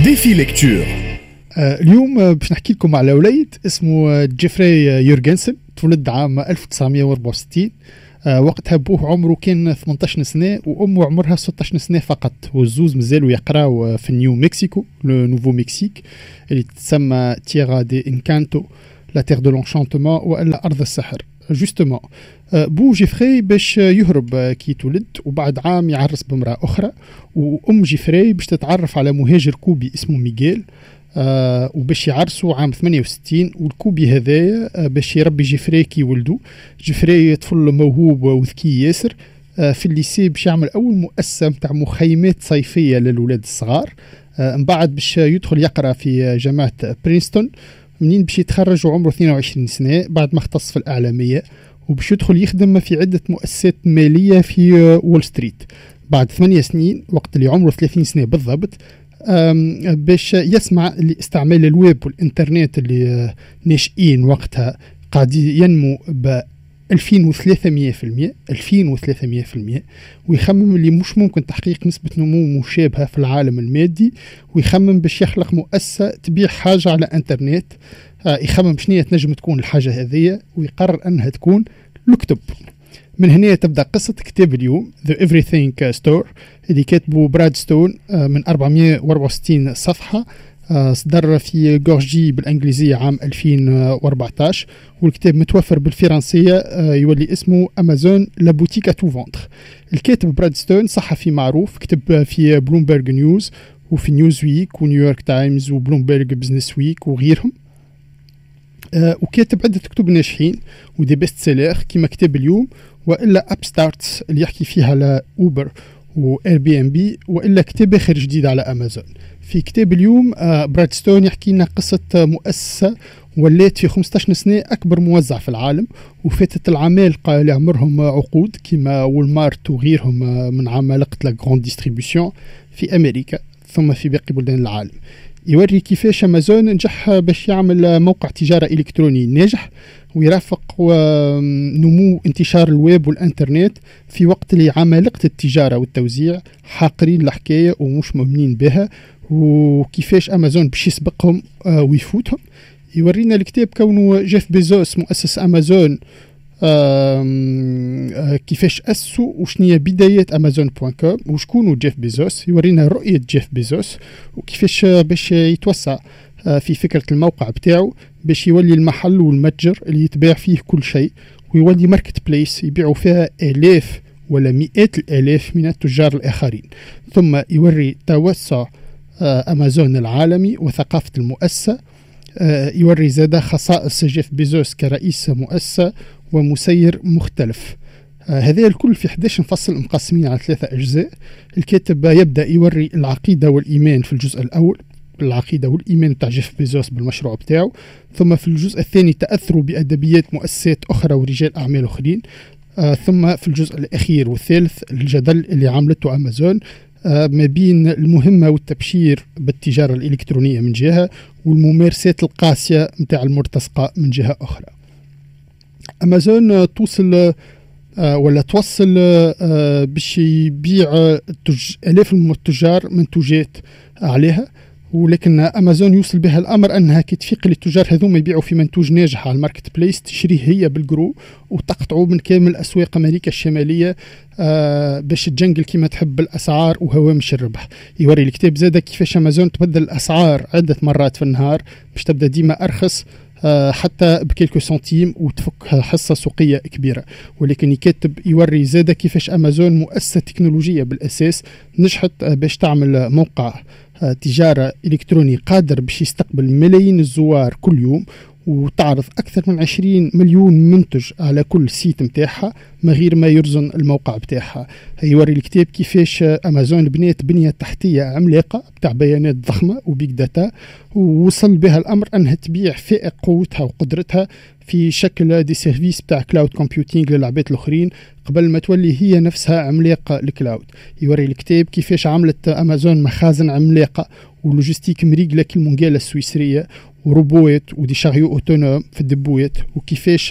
ديفي ليكتور. اليوم باش نحكي لكم على وليد اسمه جيفري يورغنسن. تولد عام 1964. وقتها بوه عمره كان 18 سنة وأمه عمرها 16 سنة فقط، والزوز مازالوا يقراو في نيو مكسيكو، لو نوفو مكسيك اللي تسمى تيغا دي انكانتو، لا تيغ دو لونشانتمون، وإلا أرض السحر. جوستومون بو جيفري باش يهرب كي تولد، وبعد عام يعرس بامرأة أخرى، وأم جيفري باش تتعرف على مهاجر كوبي اسمه ميغيل، وباش يعرسوا عام 68. والكوبي هذايا باش يربي جيفري كي ولدوا. جيفري طفل موهوب وذكي ياسر. في الليسي باش يعمل أول مؤسسة متاع مخيمات صيفية للولاد الصغار. من بعد باش يدخل يقرأ في جامعة برينستون، منين باش يتخرج وعمره 22 سنة بعد ما اختص في الإعلامية، وباش يدخل يخدم في عدة مؤسسات مالية في وول ستريت. بعد 8 سنين وقت اللي عمره 30 سنة بالضبط، باش يسمع لاستعمال الويب والإنترنت اللي ناشئين وقتها قاعد ينمو ب 2300%، ويخمم اللي مش ممكن تحقيق نسبة نمو مشابهة في العالم المادي، ويخمم باش يخلق مؤسسة تبيع حاجة على انترنت. يخمم شنية تنجم تكون الحاجة هذه، ويقرر أنها تكون الكتب. من هنا تبدأ قصة كتاب اليوم The Everything Store اللي كاتبه براد ستون، من 464 صفحة. صدر في غورجي بالإنجليزية عام 2014، والكتاب متوفر بالفرنسية. يولي اسمه أمازون لا بوتيك تو فونتر. الكاتب براد ستون صحفي معروف، كتب في بلومبرج نيوز وفي نيوز ويك ونيويورك تايمز وبلومبرج بزنس ويك وغيرهم. وكاتب عدة كتب ناجحين ودي بيست سيلر كيما كتاب اليوم، وإلا أب ستارتس اللي يحكي فيها على أوبر وإير بي إم بي، وإلا كتاب آخر جديد على أمازون. في كتاب اليوم براد ستون يحكي لنا قصة مؤسسة ولات في 15 سنة أكبر موزع في العالم، وفاتت العمالقة اللي عمرهم عقود كيما وولمارت وغيرهم من عمالقة لا غراند ديستريبيوشن في أمريكا ثم في باقي بلدان العالم. يوري كيفاش أمازون نجح باش يعمل موقع تجارة إلكتروني ناجح، ويرافق نمو انتشار الويب والإنترنت في وقت اللي عمالقة التجارة والتوزيع حاقرين الحكاية ومش مؤمنين بها، وكيفاش أمازون باش يسبقهم ويفوتهم. يورينا الكتاب كونه جيف بيزوس مؤسس أمازون كيفاش أسسوا وشنية بداية أمازون.com وشكونه جيف بيزوس. يورينا رؤية جيف بيزوس وكيفاش باش يتوسع في فكرة الموقع بتاعه باش يولي المحل والمتجر اللي يتباع فيه كل شيء، ويولي ماركت بليس يبيعوا فيها آلاف ولا مئات الآلاف من التجار الآخرين. ثم يوري توسع أمازون العالمي وثقافة المؤسسة. يوري زاده خصائص جيف بيزوس كرئيس مؤسسة ومسير مختلف. هذا الكل في 11 فصل مقسمين على 3 أجزاء. الكاتب يبدأ يوري العقيدة والإيمان في الجزء الأول، العقيدة والإيمان تاع جيف بيزوس بالمشروع بتاعه. ثم في الجزء الثاني تأثروا بأدبيات مؤسسات أخرى ورجال أعمال آخرين. ثم في الجزء الأخير والثالث الجدل اللي عملته أمازون ما بين المهمة والتبشير بالتجارة الإلكترونية من جهة، والممارسات القاسية متاع المرتزقة من جهة أخرى. أمازون توصل باش يبيع آلاف التجار منتوجات عليها، ولكن أمازون يوصل بها الأمر أنها كتفيق للتجار هذوما يبيعوا في منتوج ناجح على الماركت بليس تشريه هي بالجرو وتقطعوا من كامل أسواق أمريكا الشمالية باش تجنجل كما تحب الأسعار وهوامش الربح. يوري الكتاب زادة كيفاش أمازون تبدل الأسعار عدة مرات في النهار باش تبدأ ديما أرخص حتى بكيلكو سنتيم وتفك حصة سوقية كبيرة. ولكن يكتب يوري زادة كيفاش أمازون مؤسسة تكنولوجية بالأساس نجحت باش تعمل موقع تجارة إلكتروني قادر باش يستقبل ملايين الزوار كل يوم، وتعرض أكثر من 20 مليون منتج على كل سيت متاعها ما غير ما يرزن الموقع بتاعها. يوري الكتاب كيفاش أمازون بنيت بنية تحتية عملاقة بتاع بيانات ضخمة وبيج داتا، ووصل بها الأمر أنها تبيع فائق قوتها وقدرتها في شكل دي سيرفيس بتاع كلاود كومبيوتينج للعبات الأخرين قبل ما تولي هي نفسها عملاقة الكلاود. يوري الكتاب كيفاش عملت أمازون مخازن عملاقة ولوجستيك مريقلة كالمنقالة السويسرية وروبوات ودي شاريو اوتونوم في الدبويات، وكيفاش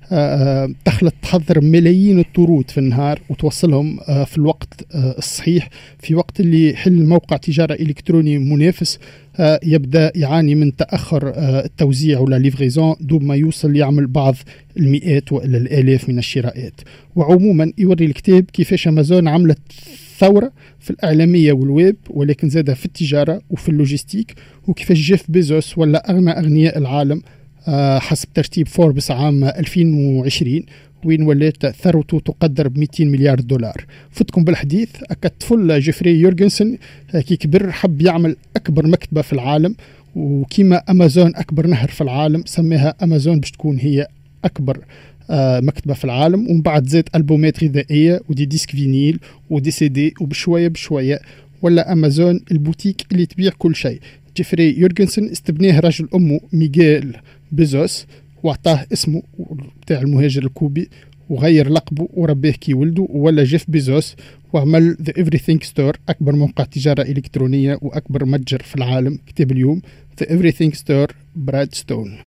دخلت تحضر ملايين الطرود في النهار وتوصلهم في الوقت الصحيح، في وقت اللي يحل موقع تجارة إلكتروني منافس يبدأ يعاني من تأخر التوزيع ولا ليفغيزون دوب ما يوصل يعمل بعض المئات وإلى الآلاف من الشراءات. وعموما يوري الكتاب كيفاش أمازون عملت ثورة في الإعلامية والويب، ولكن زادها في التجارة وفي اللوجستيك، وكيفاش جيف بيزوس ولا أغنى أغنياء العالم حسب ترتيب فوربس عام 2020، وين ولات ثروته تقدر ب 200 مليار دولار. فتكم بالحديث الطفل جيفري يورغنسون كي كبر حب يعمل أكبر مكتبة في العالم، وكيما أمازون أكبر نهر في العالم سميها أمازون باش تكون هي أكبر مكتبة في العالم. ومن بعد زاد ألبومات غذائية ودي ديسك فينيل ودي سي دي، وبشوية بشوية ولا أمازون البوتيك اللي تبيع كل شيء. جيفري يورغنسون استبناه رجل أمه ميغيل بيزوس واعطاه اسمه بتاع المهاجر الكوبي، وغير لقبه وربيه كي ولده ولا جيف بيزوس، وعمل The Everything Store أكبر موقع تجارة إلكترونية وأكبر متجر في العالم. كتاب اليوم The Everything Store براد ستون.